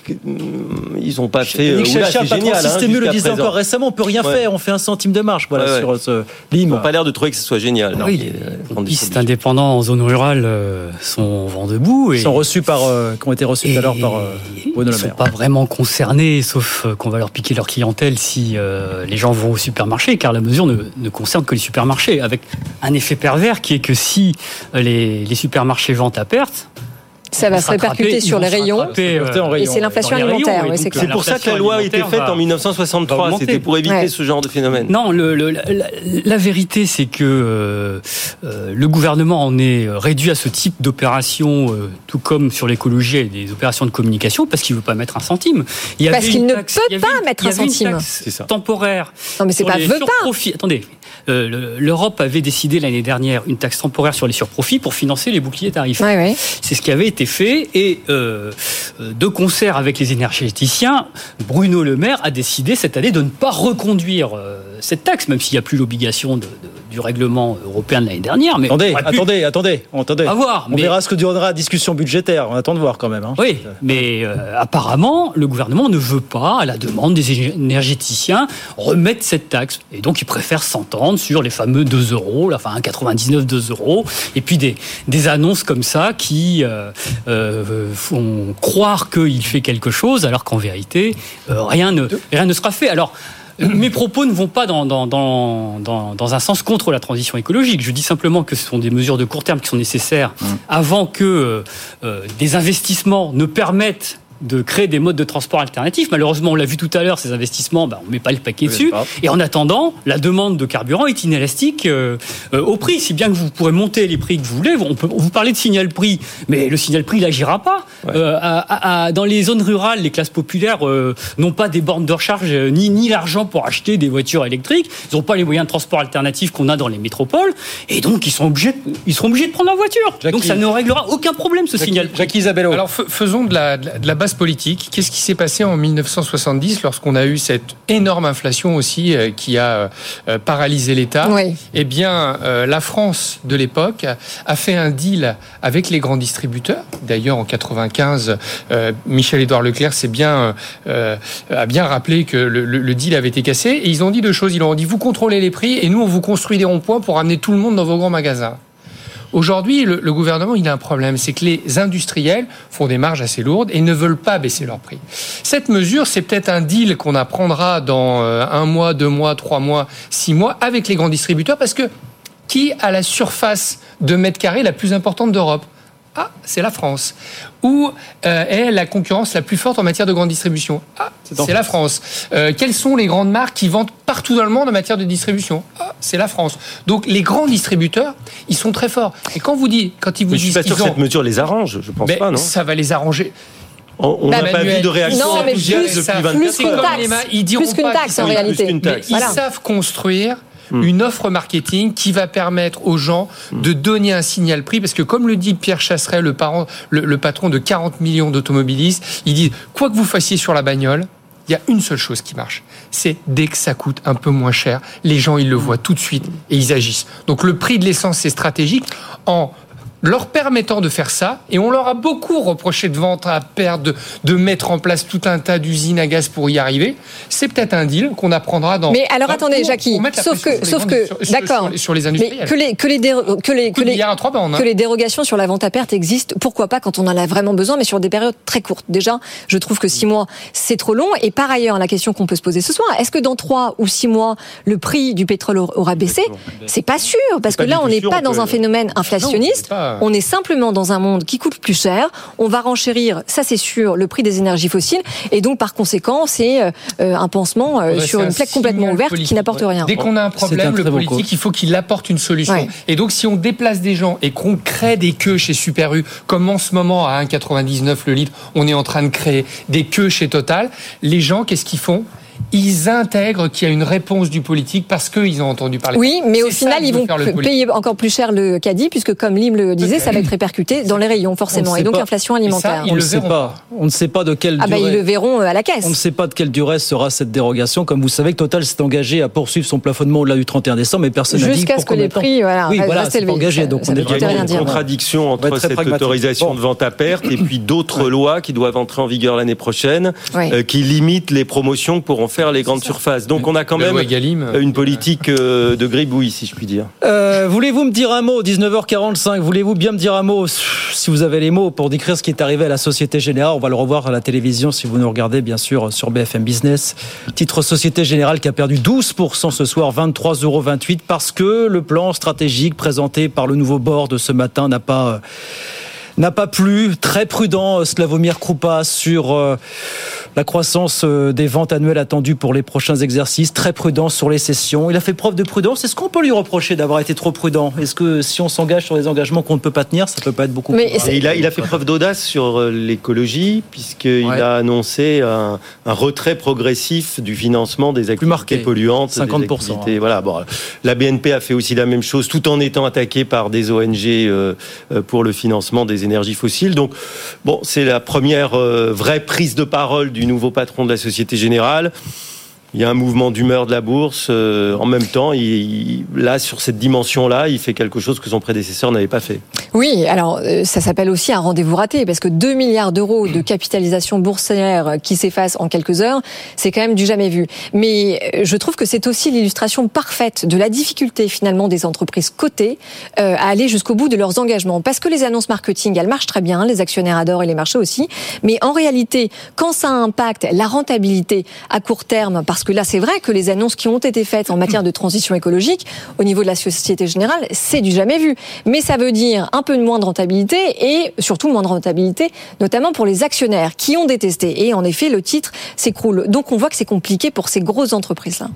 fait... Nick Chachia, patron Système U, le disait encore récemment, on ne peut rien faire, on fait 1 centime de marge sur ce LIM. Ils n'ont pas l'air de trouver que ce soit génial. Les pompistes indépendants en zone rurale sont vent debout. Ils sont reçus qui ont été reçus tout à l'heure par Bruno Le Maire. Ils ne sont pas vraiment concernés, sauf qu'on va leur piquer leur clientèle si les gens vont au supermarché, car la mesure ne concerne que les supermarchés, avec un effet pervers qui est que si les supermarchés vendent à perte, ça va se répercuter sur les rayons. Et c'est l'inflation alimentaire. C'est pour ça que la loi a été faite en 1963. C'était pour éviter ce genre de phénomène. Non, la vérité, c'est que le gouvernement en est réduit à ce type d'opération, tout comme sur l'écologie et des opérations de communication, parce qu'il ne veut pas mettre un centime. Parce qu'il ne peut pas mettre un centime. Temporaire. Non, mais c'est pas veut pas. Attendez. L'Europe avait décidé l'année dernière une taxe temporaire sur les surprofits pour financer les boucliers tarifaires. C'est ce qui avait été fait, et de concert avec les énergéticiens, Bruno Le Maire a décidé cette année de ne pas reconduire cette taxe, même s'il n'y a plus l'obligation du règlement européen de l'année dernière. Mais attendez. On verra ce que durera la discussion budgétaire. On attend de voir quand même. Oui, mais apparemment, le gouvernement ne veut pas, à la demande des énergéticiens, remettre cette taxe. Et donc, il préfère s'entendre sur les fameux 2 €, enfin 1,99 2 €, et puis des annonces comme ça qui font croire qu'il fait quelque chose, alors qu'en vérité, rien ne sera fait. Alors, mes propos ne vont pas dans un sens contre la transition écologique. Je dis simplement que ce sont des mesures de court terme qui sont nécessaires avant que des investissements ne permettent de créer des modes de transport alternatifs. Malheureusement, on l'a vu tout à l'heure, ces investissements, on ne met pas le paquet dessus. Et en attendant, la demande de carburant est inélastique au prix. Si bien que vous pourrez monter les prix que vous voulez. Vous parlez de signal prix, mais le signal prix, il n'agira pas. Dans les zones rurales, les classes populaires n'ont pas des bornes de recharge ni l'argent pour acheter des voitures électriques. Ils n'ont pas les moyens de transport alternatifs qu'on a dans les métropoles. Et donc, ils seront obligés de prendre leur voiture. Donc, ça ne réglera aucun problème, ce signal prix. Jackie Isabello. Alors, faisons de la base politique. Qu'est-ce qui s'est passé en 1970 lorsqu'on a eu cette énorme inflation aussi qui a paralysé l'État? Eh bien, la France de l'époque a fait un deal avec les grands distributeurs. D'ailleurs, en 95, Michel-Édouard Leclerc a bien rappelé que le deal avait été cassé. Et ils ont dit 2 choses. Ils ont dit, vous contrôlez les prix et nous, on vous construit des ronds-points pour amener tout le monde dans vos grands magasins. Aujourd'hui, le gouvernement, il a un problème, c'est que les industriels font des marges assez lourdes et ne veulent pas baisser leurs prix. Cette mesure, c'est peut-être un deal qu'on apprendra dans 1 mois, 2 mois, 3 mois, 6 mois avec les grands distributeurs, parce que qui a la surface de mètres carrés la plus importante d'Europe? C'est la France. Où est la concurrence la plus forte en matière de grande distribution? C'est la France. Quelles sont les grandes marques qui vendent partout dans le monde en matière de distribution? C'est la France. Donc les grands distributeurs, ils sont très forts. Et quand ils vous disent... Je suis pas sûr que cette mesure les arrange, je pense pas, non? Ça va les arranger. On n'a pas vu de réaction enthousiaste depuis 24 heures. Ils diront plus qu'une taxe, en réalité. Ils savent construire une offre marketing qui va permettre aux gens de donner un signal prix, parce que comme le dit Pierre Chasseret, le patron de 40 millions d'automobilistes, il dit, quoi que vous fassiez sur la bagnole, il y a une seule chose qui marche, c'est dès que ça coûte un peu moins cher, les gens ils le voient tout de suite et ils agissent. Donc le prix de l'essence, c'est stratégique en leur permettant de faire ça, et on leur a beaucoup reproché de vente à perte, de mettre en place tout un tas d'usines à gaz pour y arriver. C'est peut-être un deal qu'on apprendra dans... Mais alors attendez, Jackie, sauf que d'accord, sur les industriels. Mais que les dérogations sur la vente à perte existent, pourquoi pas quand on en a vraiment besoin, mais sur des périodes très courtes. Déjà, je trouve que 6 mois, c'est trop long. Et par ailleurs, la question qu'on peut se poser ce soir, est-ce que dans 3 ou 6 mois, le prix du pétrole aura baissé? C'est pas sûr, parce que là, on n'est pas dans un phénomène inflationniste. On est simplement dans un monde qui coûte plus cher. On va renchérir, ça c'est sûr, le prix des énergies fossiles. Et donc, par conséquent, c'est un pansement sur une plaque complètement ouverte qui n'apporte rien. Dès qu'on a un problème, le politique, il faut qu'il apporte une solution. Ouais. Et donc, si on déplace des gens et qu'on crée des queues chez Super U, comme en ce moment à 1,99 le litre, on est en train de créer des queues chez Total, les gens, qu'est-ce qu'ils font ? Ils intègrent qu'il y a une réponse du politique parce qu'ils ont entendu parler. Oui, mais au final, ils vont payer encore plus cher le caddie, puisque comme Lim le disait, ça va être répercuté dans les rayons, forcément. Et donc, inflation alimentaire. On ne sait pas de quelle durée. Ils le verront à la caisse. On ne sait pas de quelle durée sera cette dérogation. Comme vous savez, Total s'est engagé à poursuivre son plafonnement au-delà du 31 décembre, mais personne n'a dit jusqu'à ce que les prix restent élevés. Engagé. Donc, il y a une contradiction entre cette autorisation de vente à perte et puis d'autres lois qui doivent entrer en vigueur l'année prochaine, qui limitent les promotions que pourront faire les grandes surfaces. Donc on a quand même une politique de gribouille, si je puis dire. Voulez-vous me dire un mot, 19h45, voulez-vous bien me dire un mot, si vous avez les mots, pour décrire ce qui est arrivé à la Société Générale? On va le revoir à la télévision si vous nous regardez, bien sûr, sur BFM Business. Titre Société Générale qui a perdu 12% ce soir, 23,28 €, parce que le plan stratégique présenté par le nouveau board ce matin n'a pas plu. Très prudent, Slawomir Krupa, sur la croissance des ventes annuelles attendues pour les prochains exercices. Très prudent sur les cessions. Il a fait preuve de prudence. Est-ce qu'on peut lui reprocher d'avoir été trop prudent? Est-ce que si on s'engage sur des engagements qu'on ne peut pas tenir, ça ne peut pas être beaucoup plus grave? Il a fait preuve d'audace sur l'écologie, puisqu'il a annoncé un retrait progressif du financement des activités polluantes. 50%. Voilà. Bon, la BNP a fait aussi la même chose, tout en étant attaquée par des ONG pour le financement des énergies fossiles. Donc, c'est la première vraie prise de parole du nouveau patron de la Société Générale. il y a un mouvement d'humeur de la bourse. En même temps, là, sur cette dimension-là, il fait quelque chose que son prédécesseur n'avait pas fait. Oui, alors ça s'appelle aussi un rendez-vous raté, parce que 2 milliards d'euros de capitalisation boursière qui s'effacent en quelques heures, c'est quand même du jamais vu. Mais je trouve que c'est aussi l'illustration parfaite de la difficulté finalement des entreprises cotées à aller jusqu'au bout de leurs engagements. Parce que les annonces marketing, elles marchent très bien, les actionnaires adorent et les marchés aussi. Mais en réalité, quand ça impacte la rentabilité à court terme, parce que là c'est vrai que les annonces qui ont été faites en matière de transition écologique, au niveau de la Société Générale, c'est du jamais vu. Mais ça veut dire un peu de moins de rentabilité et surtout moins de rentabilité, notamment pour les actionnaires qui ont détesté. Et en effet, le titre s'écroule. Donc on voit que c'est compliqué pour ces grosses entreprises-là.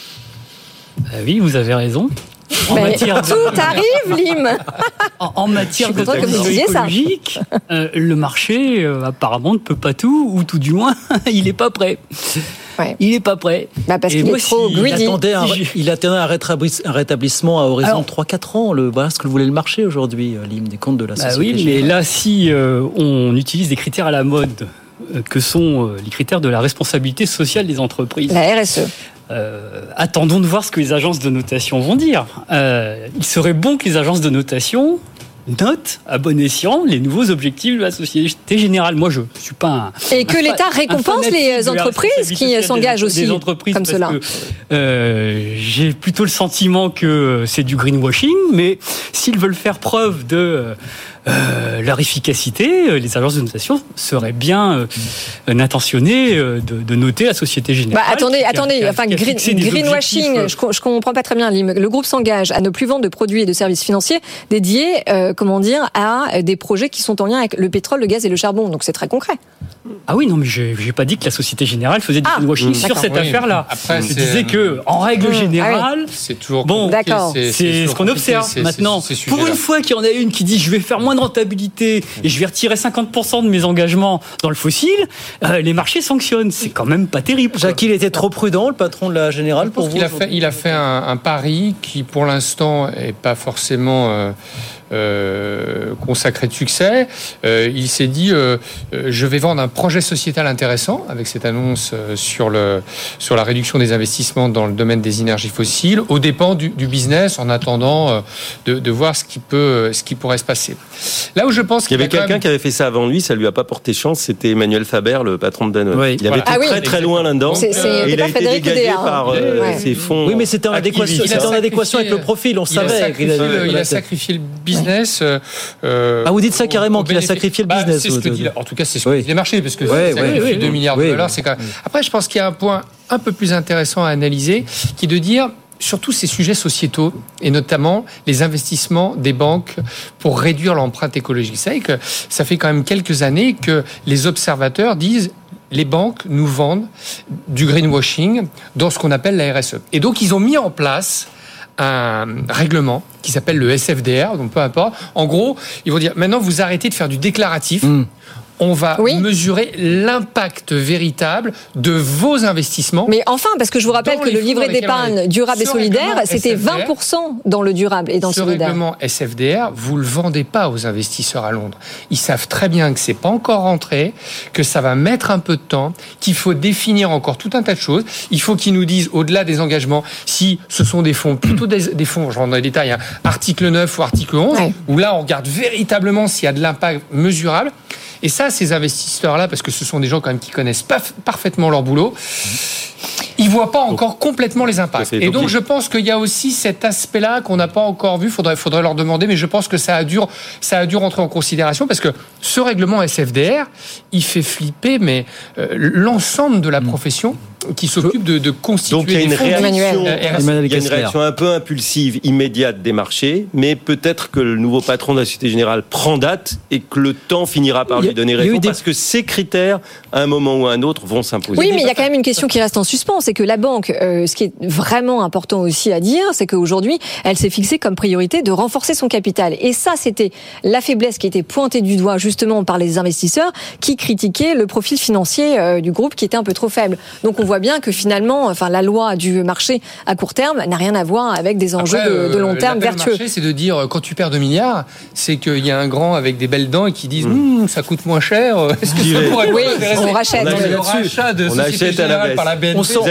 Oui, vous avez raison. Tout arrive, Lim. En matière de transition écologique, le marché apparemment ne peut pas tout, ou tout du moins, il n'est pas prêt. Ouais. Il n'est pas prêt. Parce qu'il est trop greedy. Il attendait un rétablissement à horizon de 3-4 ans. Voilà ce que voulait le marché aujourd'hui, Lim, des comptes de la Société Générale. Mais là, si on utilise des critères à la mode, que sont les critères de la responsabilité sociale des entreprises. La RSE. Attendons de voir ce que les agences de notation vont dire. Il serait bon que les agences de notation notent à bon escient les nouveaux objectifs de la Société Générale. Moi, je ne suis pas Et que l'État récompense les entreprises qui s'engagent aussi comme cela. J'ai plutôt le sentiment que c'est du greenwashing, mais s'ils veulent faire preuve de leur efficacité, les agences de notation seraient bien intentionnées de noter la Société Générale. Attendez, greenwashing, je comprends pas très bien. Le groupe s'engage à ne plus vendre de produits et de services financiers dédiés, à des projets qui sont en lien avec le pétrole, le gaz et le charbon. Donc c'est très concret. Ah oui, non, mais j'ai pas dit que la Société Générale faisait du greenwashing sur cette affaire-là. Après, je disais que, en règle générale, c'est toujours d'accord. C'est ce qu'on observe maintenant. Pour une fois qu'il y en a une qui dit je vais faire moins de rentabilité et je vais retirer 50% de mes engagements dans le fossile, les marchés sanctionnent. C'est quand même pas terrible. Jacques, il était trop prudent, le patron de la Générale, pour vous. Il a fait un pari qui, pour l'instant, est pas forcément consacré de succès. Il s'est dit je vais vendre un projet sociétal intéressant avec cette annonce sur la réduction des investissements dans le domaine des énergies fossiles aux dépens du business, en attendant de voir ce qui pourrait se passer. Là où je pense qu'il y avait quelqu'un qui avait fait ça avant lui, ça lui a pas porté chance, c'était Emmanuel Faber, le patron de Danone. Oui. Il avait été très loin là-dedans. Et il a été dégagé par ses fonds. Oui, mais c'était en adéquation avec le profil, on savait. Il a sacrifié le business. Vous dites ça carrément, qu'il a sacrifié le business. C'est ce que dit, en tout cas, c'est ce que dit les marchés, parce que sacrifier 2 milliards de dollars, c'est quand même... Après, je pense qu'il y a un point un peu plus intéressant à analyser, qui est de dire, sur tous ces sujets sociétaux, et notamment les investissements des banques pour réduire l'empreinte écologique. Vous savez que ça fait quand même quelques années que les observateurs disent les banques nous vendent du greenwashing dans ce qu'on appelle la RSE. Et donc, ils ont mis en place un règlement qui s'appelle le SFDR, donc peu importe. En gros, ils vont dire, maintenant, vous arrêtez de faire du déclaratif. On va mesurer l'impact véritable de vos investissements. Mais enfin, parce que je vous rappelle que le livret d'épargne durable et solidaire, c'était 20% dans le durable et dans le solidaire. Ce règlement SFDR, vous ne le vendez pas aux investisseurs à Londres. Ils savent très bien que ce n'est pas encore rentré, que ça va mettre un peu de temps, qu'il faut définir encore tout un tas de choses. Il faut qu'ils nous disent, au-delà des engagements, si ce sont des fonds, plutôt des fonds, je rentre dans les détails, article 9 ou article 11, où là, on regarde véritablement s'il y a de l'impact mesurable. Et ça, ces investisseurs-là, parce que ce sont des gens quand même qui connaissent parfaitement leur boulot, ils voient pas encore complètement les impacts. Et donc, je pense qu'il y a aussi cet aspect-là qu'on n'a pas encore vu. Faudrait leur demander, mais je pense que ça a dû rentrer en considération, parce que ce règlement SFDR, il fait flipper, mais l'ensemble de la profession qui s'occupe de constituer des fonds. Donc, il y a une réaction un peu impulsive, immédiate des marchés, mais peut-être que le nouveau patron de la Société Générale prend date et que le temps finira par lui donner raison, parce que ces critères, à un moment ou à un autre, vont s'imposer. Oui, mais il y a quand même une question qui reste en suspens, c'est que la banque, ce qui est vraiment important aussi à dire, c'est qu'aujourd'hui, elle s'est fixée comme priorité de renforcer son capital. Et ça, c'était la faiblesse qui était pointée du doigt justement par les investisseurs qui critiquaient le profil financier du groupe qui était un peu trop faible. Donc on voit bien que finalement, la loi du marché à court terme n'a rien à voir avec des enjeux de long terme vertueux. Le marché, c'est de dire, quand tu perds 2 milliards, c'est qu'il y a un grand avec des belles dents et qui disent ça coûte moins cher. Est-ce que ça pourrait on rachète. Le rachat de Société Générale par la BNP. Vous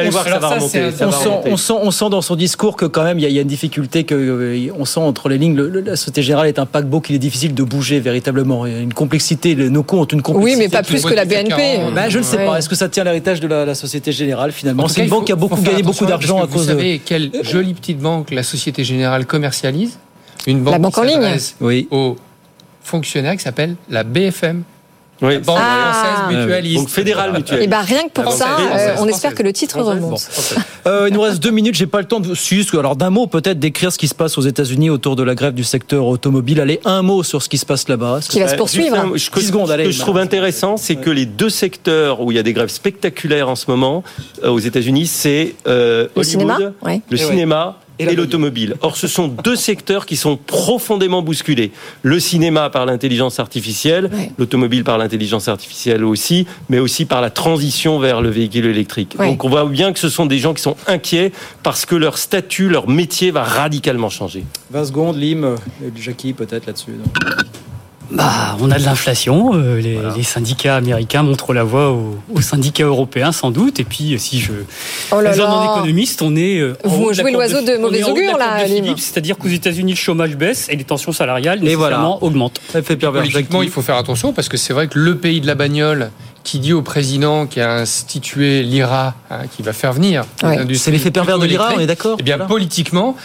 allez voir que ça va remonter. On sent dans son discours que quand même il y a une difficulté, on sent entre les lignes, la Société Générale est un paquebot qu'il est difficile de bouger véritablement. Il y a une complexité, nos comptes ont une complexité. Oui, mais pas plus que la BNP. Je ne sais pas. Est-ce que ça tient l'héritage de la Société Générale finalement? C'est une banque qui a gagné beaucoup d'argent à cause de... Vous savez quelle jolie petite banque la Société Générale commercialise? Une banque, la banque en ligne aux fonctionnaires qui s'appelle la BFM. Oui. Banque française mutualiste. Donc fédérale mutualiste. Et rien que pour ça, on espère que le titre remonte. Il nous reste 2 minutes, j'ai pas le temps de... Alors d'un mot peut-être décrire ce qui se passe aux États-Unis autour de la grève du secteur automobile. Allez, un mot sur ce qui se passe là-bas. Qui va se poursuivre. 10 secondes, allez. Ce que je trouve intéressant, c'est que les 2 secteurs où il y a des grèves spectaculaires en ce moment aux États-Unis, c'est Hollywood, le cinéma et l'automobile. Or, ce sont 2 secteurs qui sont profondément bousculés. Le cinéma par l'intelligence artificielle, l'automobile par l'intelligence artificielle aussi, mais aussi par la transition vers le véhicule électrique. Donc, on voit bien que ce sont des gens qui sont inquiets parce que leur statut, leur métier va radicalement changer. 20 secondes, Lim, Jackie peut-être là-dessus. On a de l'inflation. Les syndicats américains montrent la voie aux syndicats européens, sans doute. Et puis, si je raisonne en économiste, on est. Vous jouez l'oiseau de mauvais augure, là, Philippe. C'est-à-dire qu'aux États-Unis, le chômage baisse et les tensions salariales nécessairement augmentent. Ça fait pervers. Politiquement, il faut faire attention parce que c'est vrai que le pays de la bagnole qui dit au président qui a institué l'IRA, qui va faire venir l'industrie. C'est l'effet pervers de l'IRA, on est d'accord? Eh bien, politiquement,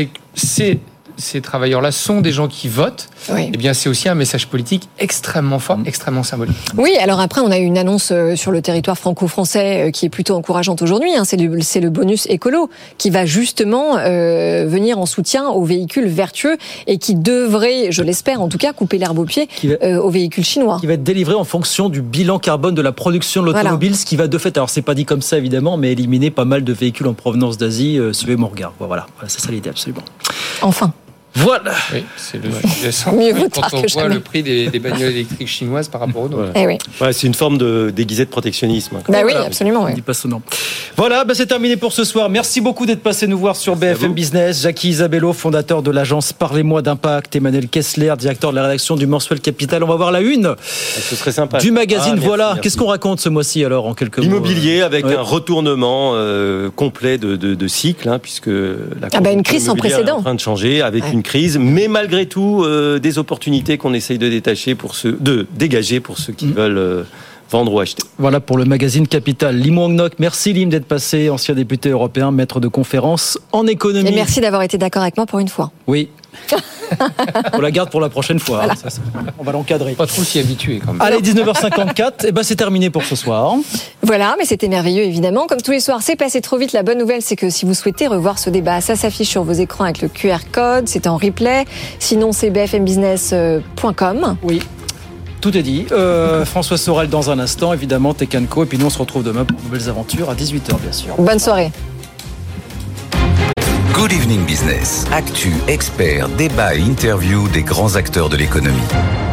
ces travailleurs-là sont des gens qui votent. Eh bien, c'est aussi un message politique extrêmement fort, extrêmement symbolique. Oui, alors après, on a eu une annonce sur le territoire franco-français qui est plutôt encourageante aujourd'hui. C'est le bonus écolo qui va justement venir en soutien aux véhicules vertueux et qui devrait, je l'espère en tout cas, couper l'herbe aux pieds aux véhicules chinois. Qui va être délivré en fonction du bilan carbone de la production de l'automobile, ce qui va de fait, alors c'est pas dit comme ça évidemment, mais éliminer pas mal de véhicules en provenance d'Asie, suivez mon regard. Voilà, c'est ça l'idée absolument. Enfin. Voilà. Oui, c'est le sujet central quand on voit le prix des bagnoles électriques chinoises par rapport aux nôtres. C'est une forme de déguisé de protectionnisme. Oui, absolument. On dit pas son nom. Voilà, c'est terminé pour ce soir. Merci beaucoup d'être passé nous voir sur BFM Business. Jackie Isabello, fondateur de l'agence Parlez-moi d'Impact. Emmanuel Kessler, directeur de la rédaction du mensuel Capital. On va voir la une ce serait sympa. Du magazine. Merci. Qu'est-ce qu'on raconte ce mois-ci alors en quelques mots? L'immobilier avec un retournement complet de cycle, puisque la une crise sans précédent. Est en train de changer avec une crise, mais malgré tout des opportunités qu'on essaye de dégager pour ceux qui veulent vendre ou acheter. Voilà pour le magazine Capital. Lim Wang-Nok, merci Lim d'être passé, ancien député européen, maître de conférences en économie. Et merci d'avoir été d'accord avec moi pour une fois. Oui. On la garde pour la prochaine fois. Voilà. On va l'encadrer. Pas trop s'y habituer quand même. Allez, 19h54, c'est terminé pour ce soir. Voilà, mais c'était merveilleux évidemment. Comme tous les soirs, c'est passé trop vite. La bonne nouvelle, c'est que si vous souhaitez revoir ce débat, ça s'affiche sur vos écrans avec le QR code. C'est en replay. Sinon, c'est bfmbusiness.com. Oui. Tout est dit. François Sorel dans un instant, évidemment, Tech & Co. Et puis nous, on se retrouve demain pour de nouvelles aventures à 18h, bien sûr. Bonne soirée. Good Evening Business. Actu, experts, débat et interview des grands acteurs de l'économie.